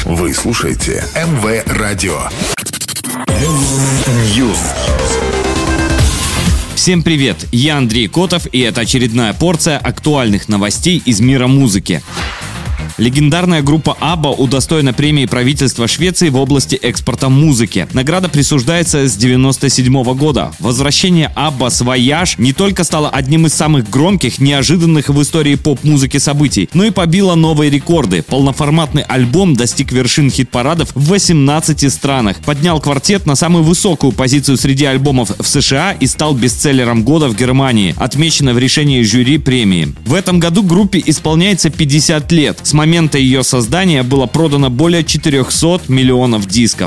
Вы слушаете МВ Радио. News. Всем привет, я Андрей Котов, и это очередная порция актуальных новостей из мира музыки. Легендарная группа ABBA удостоена премии правительства Швеции в области экспорта музыки. Награда присуждается с 1997 года. Возвращение ABBA с «Вояж» не только стало одним из самых громких, неожиданных в истории поп-музыки событий, но и побило новые рекорды. Полноформатный альбом достиг вершин хит-парадов в 18 странах, поднял квартет на самую высокую позицию среди альбомов в США и стал бестселлером года в Германии, отмечено в решении жюри премии. В этом году группе исполняется 50 лет. С момента ее создания было продано более 400 миллионов дисков.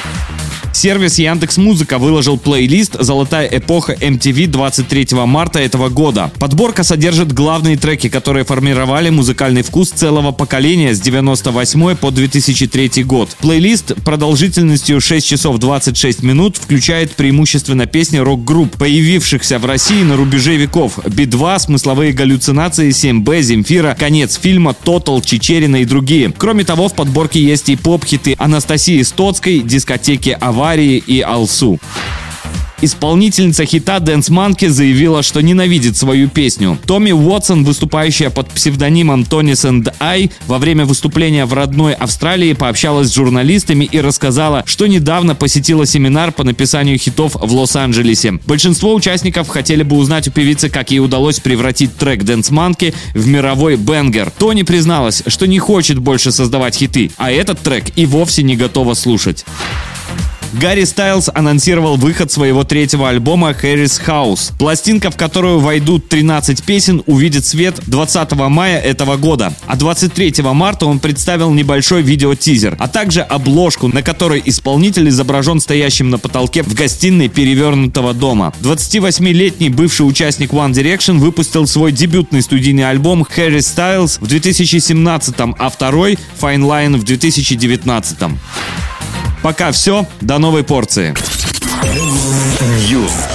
Сервис Яндекс.Музыка выложил плейлист «Золотая эпоха MTV» 23 марта этого года. Подборка содержит главные треки, которые формировали музыкальный вкус целого поколения с 1998 по 2003 год. Плейлист продолжительностью 6 часов 26 минут включает преимущественно песни рок-групп, появившихся в России на рубеже веков: Би-2, «Смысловые галлюцинации», 7Б, «Земфира», «Конец фильма», «Тотал», «Чичерина» и другие. Кроме того, в подборке есть и поп-хиты Анастасии Стоцкой, «Дискотеки Аварии» и «Алсу». Исполнительница хита Dance Monkey заявила, что ненавидит свою песню. Томми Уотсон, выступающая под псевдонимом Tonis and I, во время выступления в родной Австралии пообщалась с журналистами и рассказала, что недавно посетила семинар по написанию хитов в Лос-Анджелесе. Большинство участников хотели бы узнать у певицы, как ей удалось превратить трек Dance Monkey в мировой бенгер. Тони призналась, что не хочет больше создавать хиты, а этот трек и вовсе не готова слушать. Гарри Стайлз анонсировал выход своего третьего альбома «Harry's House». Пластинка, в которую войдут 13 песен, увидит свет 20 мая этого года. А 23 марта он представил небольшой видеотизер, а также обложку, на которой исполнитель изображен стоящим на потолке в гостиной перевернутого дома. 28-летний бывший участник One Direction выпустил свой дебютный студийный альбом «Harry Styles» в 2017, а второй «Fine Line» в 2019. Пока все, до новой порции. News.